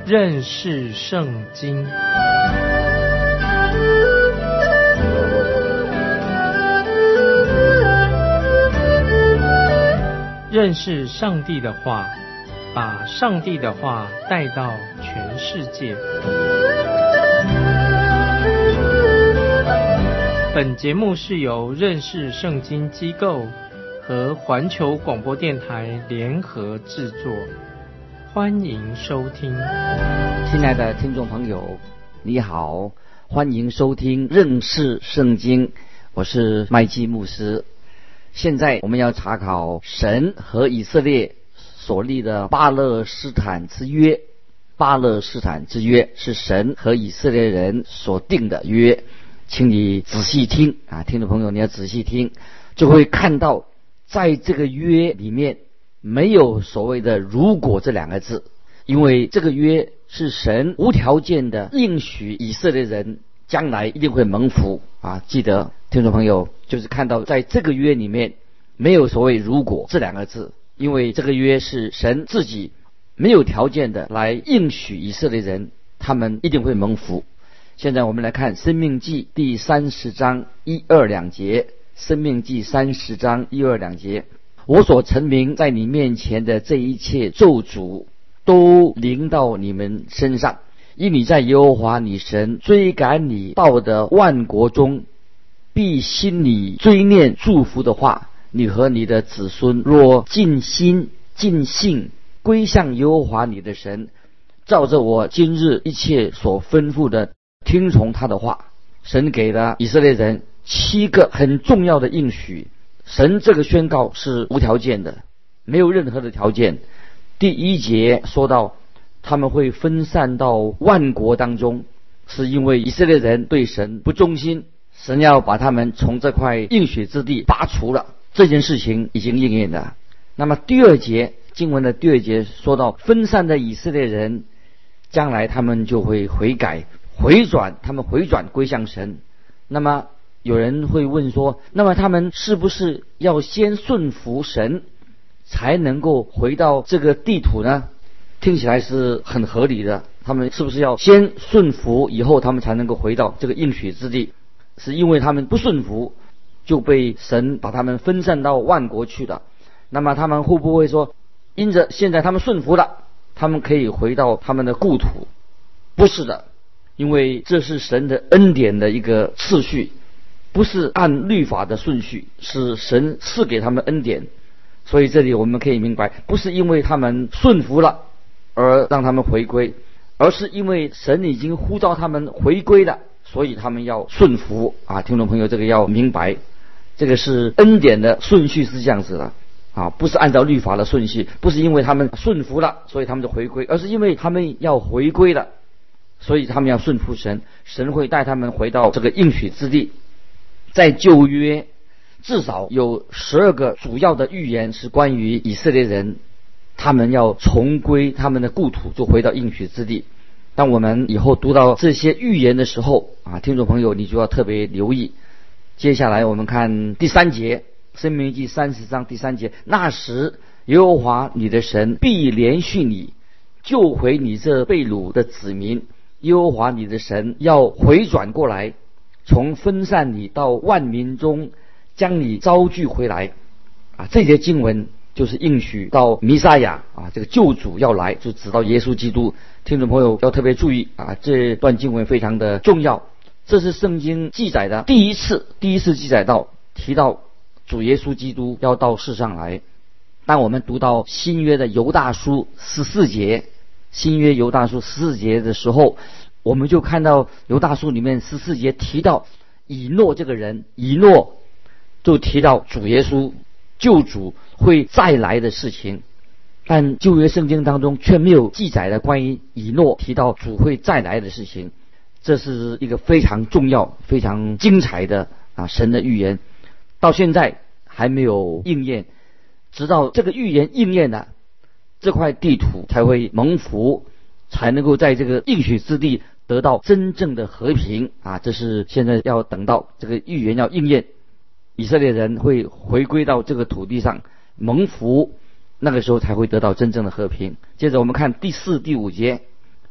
认识圣经。认识上帝的话，把上帝的话带到全世界。本节目是由认识圣经机构和环球广播电台联合制作，欢迎收听。 亲爱的听众朋友，你好，欢迎收听认识圣经，我是麦基牧师。现在我们要查考神和以色列所立的巴勒斯坦之约。巴勒斯坦之约是神和以色列人所定的约，请你仔细听啊，听众朋友你要仔细听，就会看到在这个约里面没有所谓的如果这两个字，因为这个约是神无条件的应许以色列人将来一定会蒙福啊！记得听众朋友，就是看到在这个约里面没有所谓如果这两个字，因为这个约是神自己没有条件的来应许以色列人他们一定会蒙福。现在我们来看申命记第30章1、2、2节。申命记30章1、2、2节，我所陈明在你面前的这一切咒诅都临到你们身上，因你在耶和华你神追赶你到的万国中，必心里追念祝福的话，你和你的子孙若尽心尽性归向耶和华你的神，照着我今日一切所吩咐的听从他的话。神给了以色列人7个很重要的应许，神这个宣告是无条件的，没有任何的条件。第1节说到他们会分散到万国当中，是因为以色列人对神不忠心，神要把他们从这块应许之地拔除了，这件事情已经应验了。那么第2节经文的第2节说到分散的以色列人将来他们就会悔改回转，他们回转归向神。那么有人会问说，那么他们是不是要先顺服神才能够回到这个地土呢？听起来是很合理的，他们是不是要先顺服以后他们才能够回到这个应许之地？是因为他们不顺服就被神把他们分散到万国去了。那么他们会不会说，因着现在他们顺服了，他们可以回到他们的故土？不是的，因为这是神的恩典的一个次序，不是按律法的顺序，是神赐给他们恩典。所以这里我们可以明白，不是因为他们顺服了而让他们回归，而是因为神已经呼召他们回归了，所以他们要顺服啊！听众朋友，这个要明白，这个是恩典的顺序是这样子的啊，不是按照律法的顺序，不是因为他们顺服了所以他们就回归，而是因为他们要回归了，所以他们要顺服神，神会带他们回到这个应许之地。在旧约至少有12个主要的预言是关于以色列人他们要重归他们的故土，就回到应许之地。当我们以后读到这些预言的时候啊，听众朋友你就要特别留意。接下来我们看第3节，申命记30章第3节，那时耶和华你的神必怜恤你，救回你这被掳的子民。耶和华你的神要回转过来，从分散你到万民中将你招聚回来啊！这节经文就是应许到弥赛亚啊，这个救主要来，就指到耶稣基督。听众朋友要特别注意啊，这段经文非常的重要。这是圣经记载的第一次记载到提到主耶稣基督要到世上来。当我们读到新约的犹大书14节，新约犹大书14节的时候，我们就看到犹大书里面14节提到以诺这个人，以诺就提到主耶稣救主会再来的事情，但旧约圣经当中却没有记载的关于以诺提到主会再来的事情。这是一个非常重要非常精彩的神的预言，到现在还没有应验，直到这个预言应验了，这块地土才会蒙福，才能够在这个应许之地得到真正的和平啊！这是现在要等到这个预言要应验，以色列人会回归到这个土地上蒙福，那个时候才会得到真正的和平。接着我们看第4、第5节，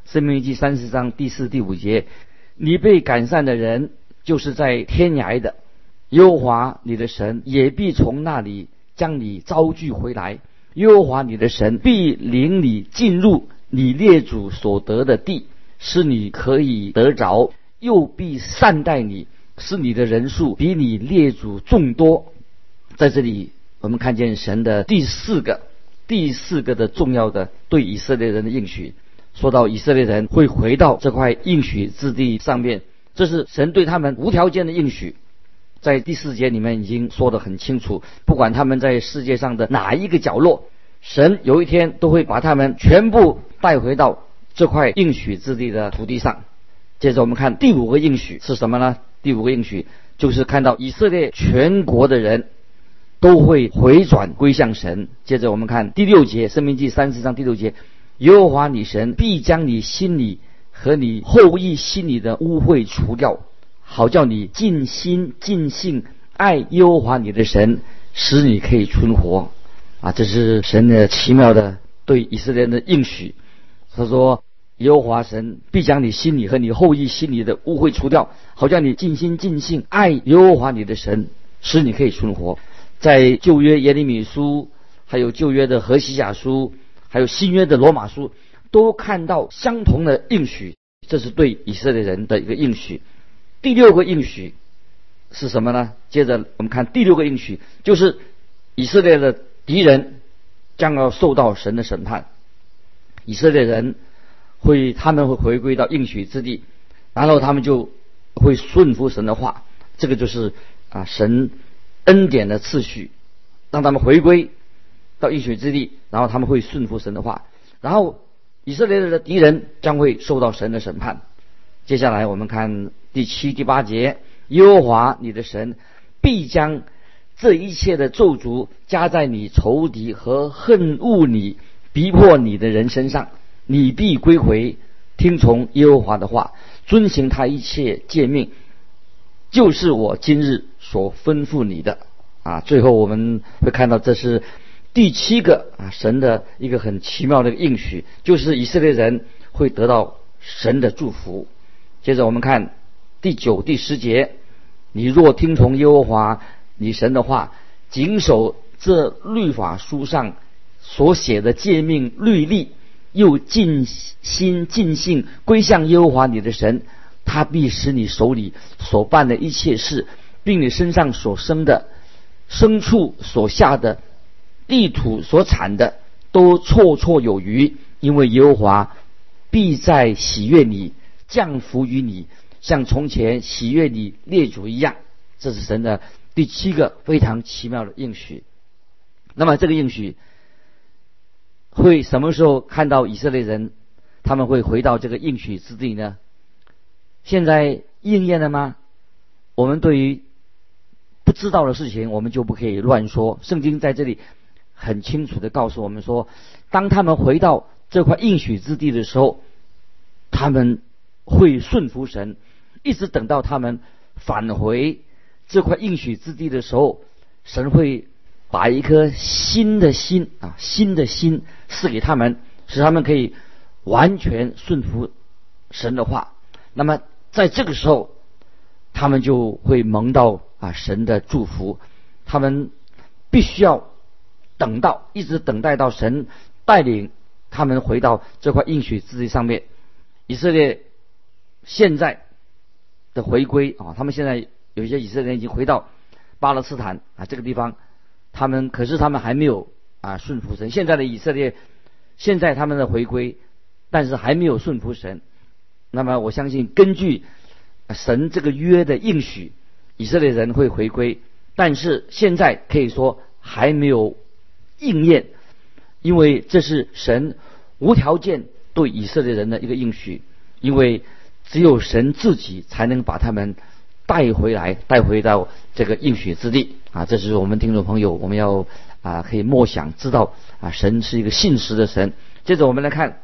申命记30章第4、第5节，你被赶散的人就是在天涯的，耶和华你的神也必从那里将你招聚回来，耶和华你的神必领你进入你列祖所得的地，使你可以得着，又必善待你，使你的人数比你列祖众多。在这里我们看见神的第四个的重要的对以色列人的应许，说到以色列人会回到这块应许之地上面，这是神对他们无条件的应许。在第4节里面已经说得很清楚，不管他们在世界上的哪一个角落，神有一天都会把他们全部带回到这块应许之地的土地上。接着我们看第5个应许是什么呢？第5个应许就是看到以色列全国的人都会回转归向神。接着我们看第6节，申命记30章第6节，耶和华你神必将你心里和你后裔心里的污秽除掉，好叫你尽心尽性爱耶和华你的神，使你可以存活。这是神的奇妙的对以色列人的应许。他说耶和华神必将你心里和你后裔心里的污秽除掉，好叫你尽心尽性爱耶和华你的神，使你可以存活。在旧约耶利米书，还有旧约的何西亚书，还有新约的罗马书，都看到相同的应许，这是对以色列人的一个应许。第6个应许是什么呢？接着我们看第6个应许，就是以色列的敌人将要受到神的审判，以色列人他们会回归到应许之地，然后他们就会顺服神的话。这个就是神恩典的次序，让他们回归到应许之地，然后他们会顺服神的话，然后以色列的敌人将会受到神的审判。接下来我们看第7、第8节，耶和华你的神必将这一切的咒诅加在你仇敌和恨恶你逼迫你的人身上，你必归回，听从耶和华的话，遵行他一切诫命，就是我今日所吩咐你的。最后我们会看到这是第7个神的一个很奇妙的应许，就是以色列人会得到神的祝福。接着我们看第9、第10节，你若听从耶和华你神的话，谨守这律法书上所写的诫命律例，又尽心尽性归向耶和华你的神，他必使你手里所办的一切事，并你身上所生的牲畜所下的地土所产的，都绰绰有余，因为耶和华必在喜悦你，降福于你，像从前喜悦你列祖一样。这是神的第7个非常奇妙的应许。那么这个应许会什么时候看到以色列人他们会回到这个应许之地呢？现在应验了吗？我们对于不知道的事情我们就不可以乱说。圣经在这里很清楚地告诉我们说，当他们回到这块应许之地的时候，他们会顺服神，一直等到他们返回这块应许之地的时候，神会把一颗新的心赐给他们，使他们可以完全顺服神的话。那么在这个时候他们就会蒙到神的祝福。他们必须要一直等待到神带领他们回到这块应许之地上面。以色列现在的回归他们现在有一些以色列人已经回到巴勒斯坦这个地方，可是他们还没有顺服神。现在的以色列现在他们的回归，但是还没有顺服神。那么我相信根据神这个约的应许，以色列人会回归，但是现在可以说还没有应验，因为这是神无条件对以色列人的一个应许，因为只有神自己才能把他们带回到这个应许之地这是我们听众朋友我们要可以默想知道神是一个信实的神。接着我们来看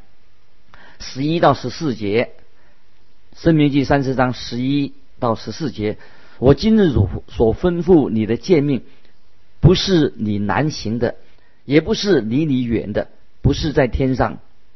11到14节，申命记30章11到14节，我今日所吩咐你的诫命，不是你难行的，也不是离你远的，不是在天上，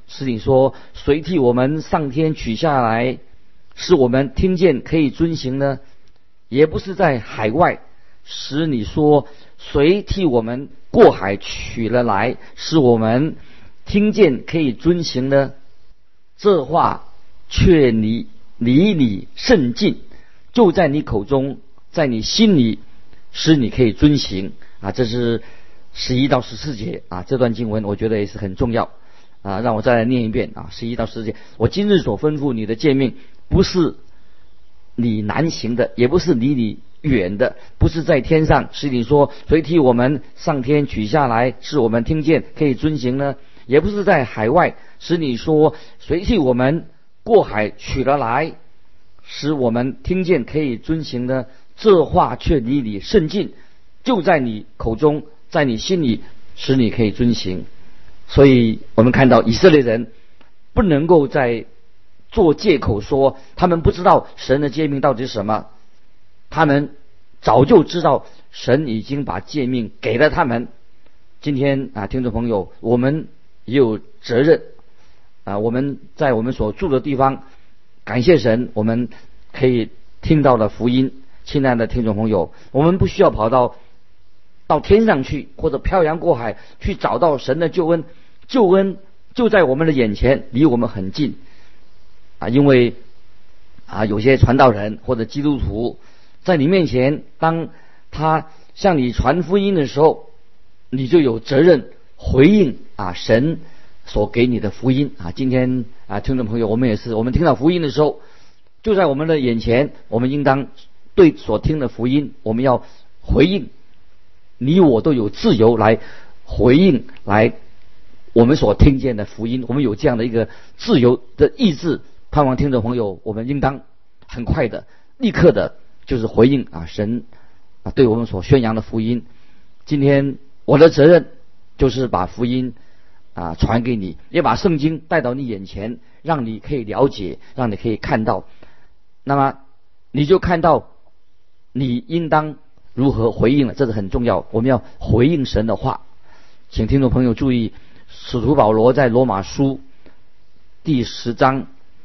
使你说谁替我们上天取下来，使我们听见可以遵行呢？也不是在海外，使你说谁替我们过海取了来，使我们听见可以遵行呢？这话却离你甚近，就在你口中，在你心里，使你可以遵行。这是11到14节这段经文我觉得也是很重要让我再来念一遍11到14节。我今日所吩咐你的诫命，不是你难行的，也不是离你远的，不是在天上，使你说谁替我们上天取下来，使我们听见可以遵行呢？也不是在海外，使你说谁替我们过海取了来，使我们听见可以遵行呢？这话却离你甚近，就在你口中，在你心里，使你可以遵行。所以我们看到以色列人不能够再做借口说他们不知道神的诫命到底是什么，他们早就知道神已经把诫命给了他们。今天听众朋友，我们也有责任我们在我们所住的地方，感谢神，我们可以听到了福音。亲爱的听众朋友，我们不需要跑到天上去，或者漂洋过海去找到神的救恩，救恩就在我们的眼前，离我们很近因为有些传道人或者基督徒在你面前，当他向你传福音的时候，你就有责任回应神所给你的福音今天听众朋友，我们也是，我们听到福音的时候就在我们的眼前，我们应当对所听的福音我们要回应。你我都有自由来回应来我们所听见的福音，我们有这样的一个自由的意志。盼望听众朋友，我们应当很快的立刻的就是回应神对我们所宣扬的福音。今天我的责任就是把福音传给你，也把圣经带到你眼前，让你可以了解，让你可以看到，那么你就看到你应当如何回应了，这是很重要。我们要回应神的话。请听众朋友注意，使徒保罗在罗马书第10章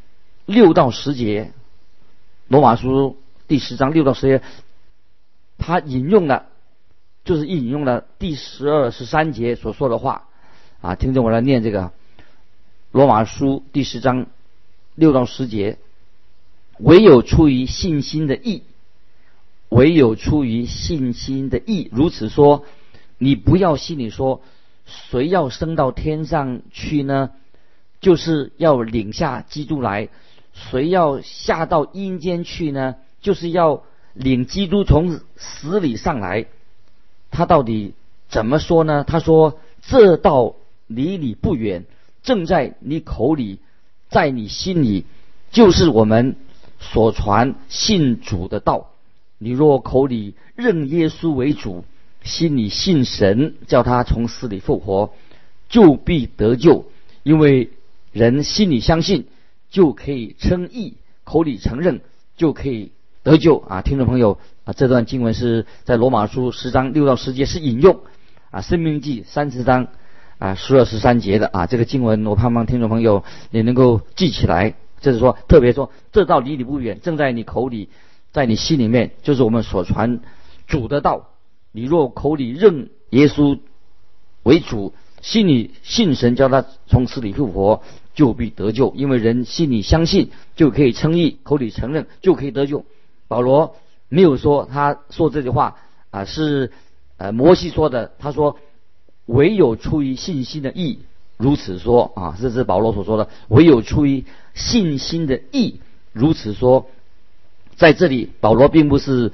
6到10节，罗马书第10章6到10节，他引用了第12、13节所说的话听众我来念这个罗马书第10章6到10节。唯有出于信心的义，唯有出于信心的义，如此说，你不要心里说谁要升到天上去呢？就是要领下基督来。谁要下到阴间去呢？就是要领基督从死里上来。他到底怎么说呢？他说，这道离你不远，正在你口里，在你心里，就是我们所传信主的道。你若口里认耶稣为主，心里信神叫他从死里复活，就必得救。因为人心里相信就可以称义，口里承认就可以得救听众朋友这段经文是在罗马书10章6到10节，是引用申命记30章12、13节的这个经文，我盼望听众朋友也能够记起来。就是说，特别说，这道离你不远，正在你口里，在你心里面，就是我们所传主的道。你若口里认耶稣为主，心里信神叫他从死里复活，就必得救。因为人心里相信就可以称义，口里承认就可以得救。保罗没有说他说这句话是摩西说的，他说唯有出于信心的义，如此说这是保罗所说的，唯有出于信心的义，如此说。在这里保罗并不是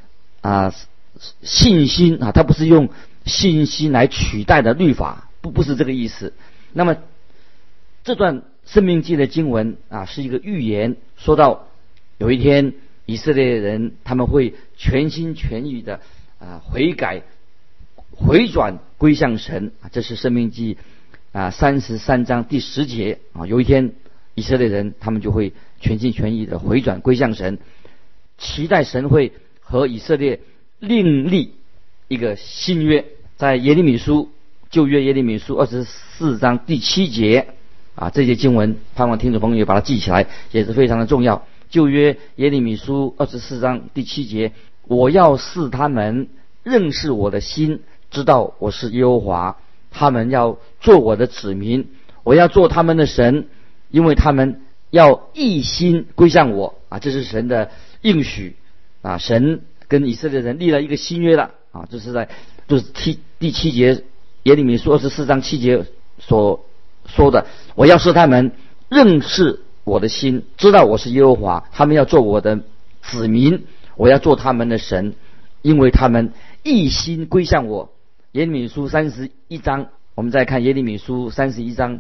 信心他不是用信心来取代的律法，不是这个意思。那么这段申命记的经文是一个预言，说到有一天以色列人他们会全心全意的悔改回转归向神这是申命记33章第10节有一天以色列人他们就会全心全意的回转归向神，期待神会和以色列另立一个新约。在耶利米书，旧约耶利米书24章第7节， 这些经文盼望听众朋友把它记起来，也是非常的重要。旧约耶利米书24章第7节，我要使他们认识我的心，知道我是耶和华，他们要做我的子民，我要做他们的神，因为他们要一心归向我。这是神的应许神跟以色列人立了一个新约了就是第7节耶利米书24章7节所说的，我要使他们认识我的心，知道我是耶和华，他们要做我的子民，我要做他们的神，因为他们一心归向我。耶利米书31章，我们再看耶利米书31章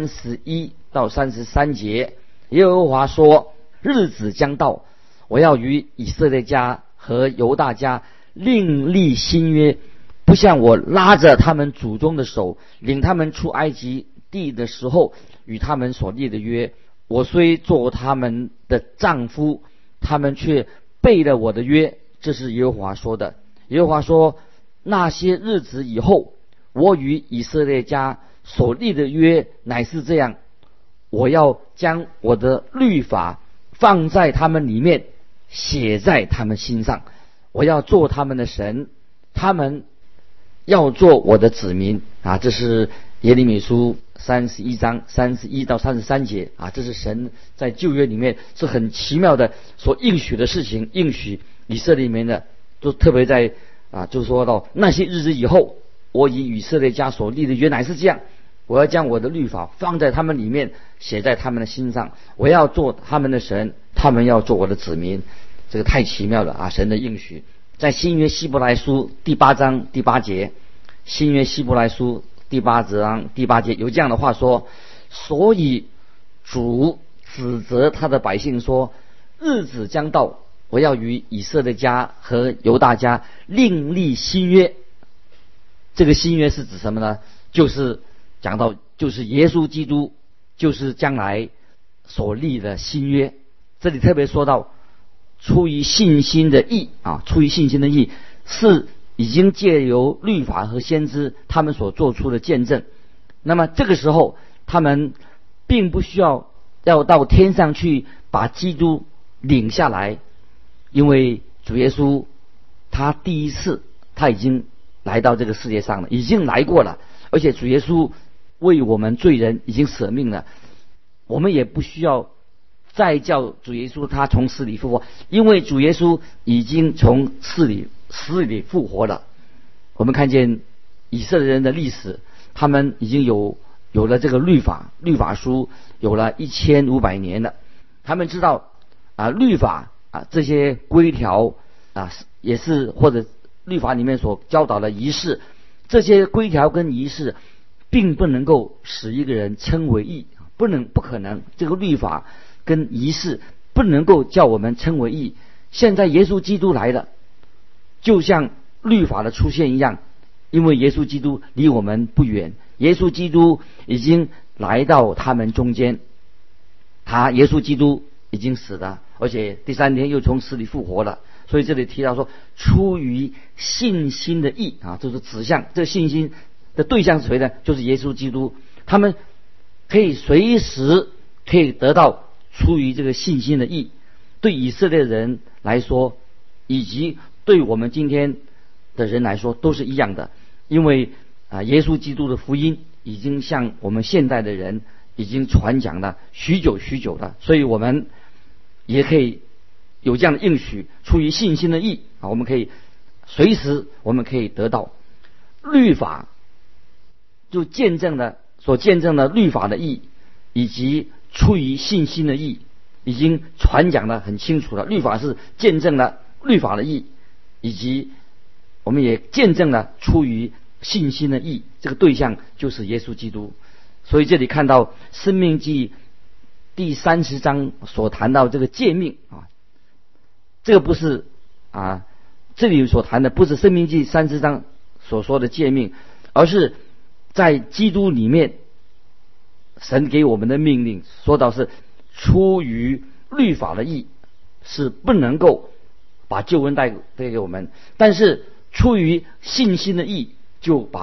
31到33节，耶和华说，日子将到，我要与以色列家和犹大家另立新约，不像我拉着他们祖宗的手领他们出埃及地的时候与他们所立的约。我虽做他们的丈夫，他们却背了我的约，这是耶和华说的。耶和华说，那些日子以后，我与以色列家所立的约乃是这样，我要将我的律法放在他们里面，写在他们心上，我要做他们的神，他们要做我的子民这是耶利米书31章31到33节这是神在旧约里面是很奇妙的所应许的事情，应许以色列里面的，就特别在就说到那些日子以后，我以以色列家所立的约乃是这样，我要将我的律法放在他们里面，写在他们的心上，我要做他们的神，他们要做我的子民。这个太奇妙了神的应许。在新约希伯来书第8章第8节，新约希伯来书第8章第8节有这样的话说，所以主指责他的百姓说，日子将到，我要与以色列家和犹大家另立新约。这个新约是指什么呢？就是讲到就是耶稣基督，就是将来所立的新约。这里特别说到出于信心的义出于信心的义是已经借由律法和先知他们所做出的见证。那么这个时候他们并不需要到天上去把基督领下来，因为主耶稣他第一次他已经来到这个世界上了，已经来过了，而且主耶稣为我们罪人已经舍命了，我们也不需要再叫主耶稣他从死里复活，因为主耶稣已经从死里复活了。我们看见以色列人的历史，他们已经有了这个律法书，有了1500年了。他们知道律法这些规条也是或者律法里面所教导的仪式，这些规条跟仪式并不能够使一个人称为义，不可能，这个律法跟仪式不能够叫我们称为义。现在耶稣基督来了，就像律法的出现一样，因为耶稣基督离我们不远，耶稣基督已经来到他们中间，耶稣基督已经死了，而且第3天又从死里复活了。所以这里提到说，出于信心的义就是指向这个信心的对象是谁呢？就是耶稣基督。他们可以随时可以得到出于这个信心的义。对以色列人来说，以及对我们今天的人来说都是一样的，因为耶稣基督的福音已经向我们现代的人已经传讲了许久了，所以我们也可以有这样的应许，出于信心的义我们可以随时我们可以得到。律法就所见证了律法的义，以及出于信心的义，已经传讲得很清楚了。律法是见证了律法的义，以及我们也见证了出于信心的义，这个对象就是耶稣基督。所以这里看到申命记第30章所谈到这个诫命这个不是这里所谈的不是申命记30章所说的诫命，而是在基督里面神给我们的命令，说到是出于律法的义是不能够把救恩带给我们，但是出于信心的义就把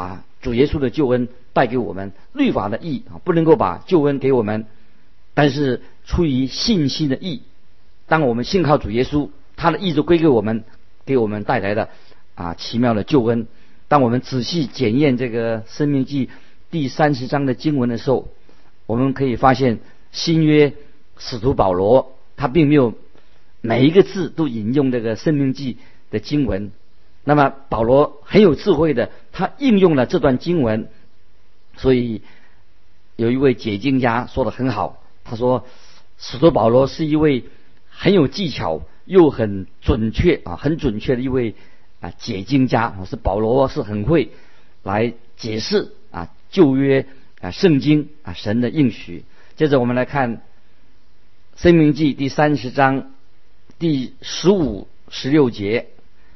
主耶稣的救恩带给我们，律法的义不能够把救恩给我们，但是出于信心的义，当我们信靠主耶稣，他的义就归给我们，给我们带来的奇妙的救恩。当我们仔细检验这个申命记第30章的经文的时候，我们可以发现新约使徒保罗他并没有每一个字都引用这个申命记的经文，那么保罗很有智慧的，他应用了这段经文。所以有一位解经家说得很好，他说使徒保罗是一位很有技巧又很准确的一位解经家，是保罗是很会来解释旧约圣经神的应许。接着我们来看申命记第30章第15、16节。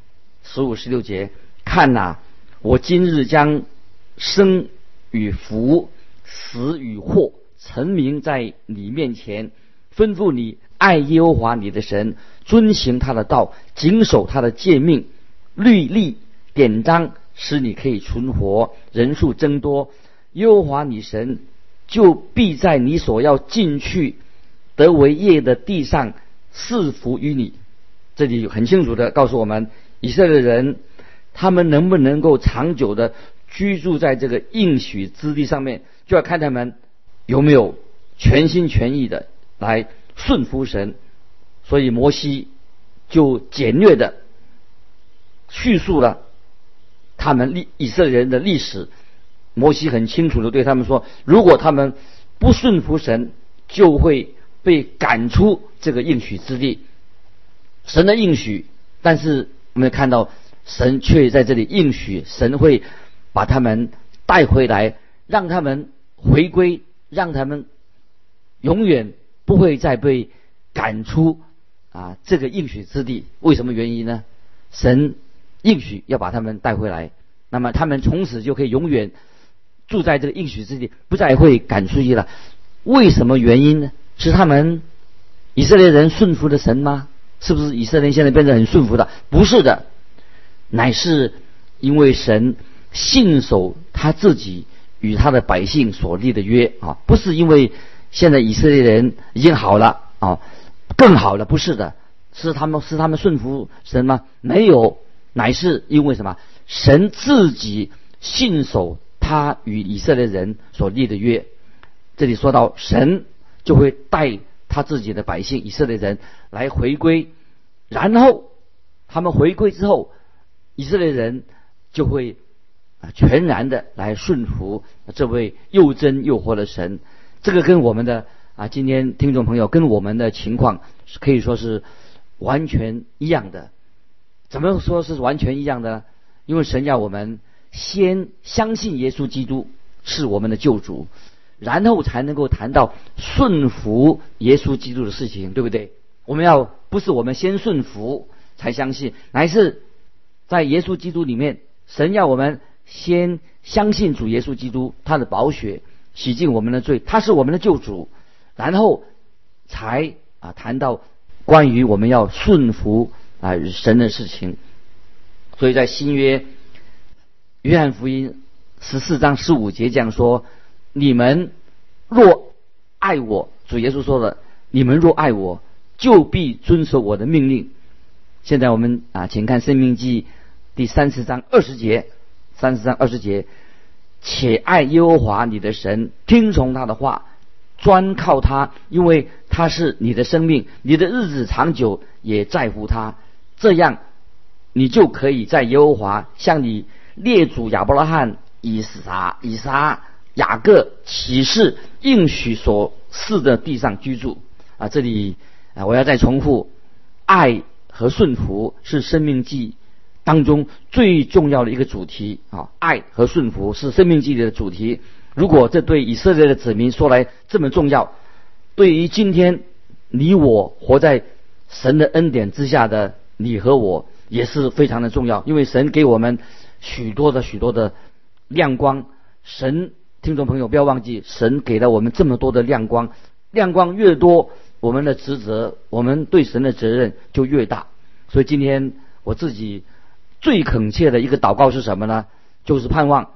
看我今日将生与福、死与祸陈明在你面前，吩咐你爱耶和华你的神，遵行他的道，谨守他的诫命、律例、典章，使你可以存活，人数增多。耶和华你神就必在你所要进去得为业的地上赐福于你。这里很清楚的告诉我们，以色列人他们能不能够长久的居住在这个应许之地上面，就要看他们有没有全心全意的来顺服神。所以摩西就简略的叙述了他们以色列人的历史。摩西很清楚的对他们说，如果他们不顺服神，就会被赶出这个应许之地。神的应许，但是我们看到神却在这里应许，神会把他们带回来，让他们回归，让他们永远不会再被赶出这个应许之地。为什么原因呢？神应许要把他们带回来，那么他们从此就可以永远住在这个应许之地，不再会赶出去了。为什么原因呢？是他们以色列人顺服的神吗？是不是以色列人现在变得很顺服的？不是的，乃是因为神信守他自己与他的百姓所立的约不是因为现在以色列人已经好了更好了，不是的，是他们顺服神吗？没有，乃是因为什么？神自己信守他与以色列人所立的约。这里说到神就会带他自己的百姓以色列人来回归，然后他们回归之后，以色列人就会全然的来顺服这位又真又活的神。这个跟我们的今天听众朋友跟我们的情况可以说是完全一样的。怎么说是完全一样的呢？因为神要我们先相信耶稣基督是我们的救主，然后才能够谈到顺服耶稣基督的事情，对不对？不是我们先顺服才相信，乃是在耶稣基督里面，神要我们先相信主耶稣基督，他的宝血洗净我们的罪，他是我们的救主，然后才谈到关于我们要顺服神的事情。所以在新约约翰福音14章15节这样说，你们若爱我，主耶稣说的，你们若爱我，就必遵守我的命令。现在我们请看申命记第30章20节，30章20节，且爱耶和华你的神，听从他的话，专靠他，因为他是你的生命，你的日子长久也在乎他。这样你就可以在耶和华向你列祖亚伯拉罕、以撒、雅各启示应许所赐的地上居住。这里我要再重复，爱和顺服是生命记当中最重要的一个主题爱和顺服是生命记里的主题。如果这对以色列的子民说来这么重要，对于今天你我活在神的恩典之下的你和我也是非常的重要，因为神给我们许多的亮光。神，听众朋友不要忘记，神给了我们这么多的亮光，亮光越多，我们的职责，我们对神的责任就越大。所以今天我自己最恳切的一个祷告是什么呢？就是盼望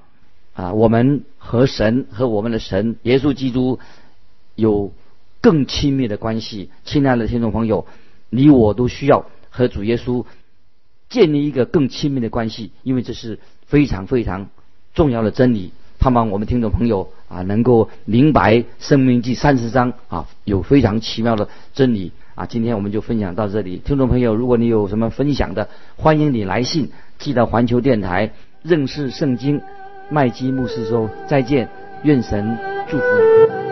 我们和神和我们的神耶稣基督有更亲密的关系。亲爱的听众朋友，你我都需要和主耶稣建立一个更亲密的关系，因为这是非常非常重要的真理。盼望我们听众朋友能够明白申命记30章有非常奇妙的真理今天我们就分享到这里。听众朋友，如果你有什么分享的，欢迎你来信寄到环球电台认识圣经麦基牧师说。再见，愿神祝福你。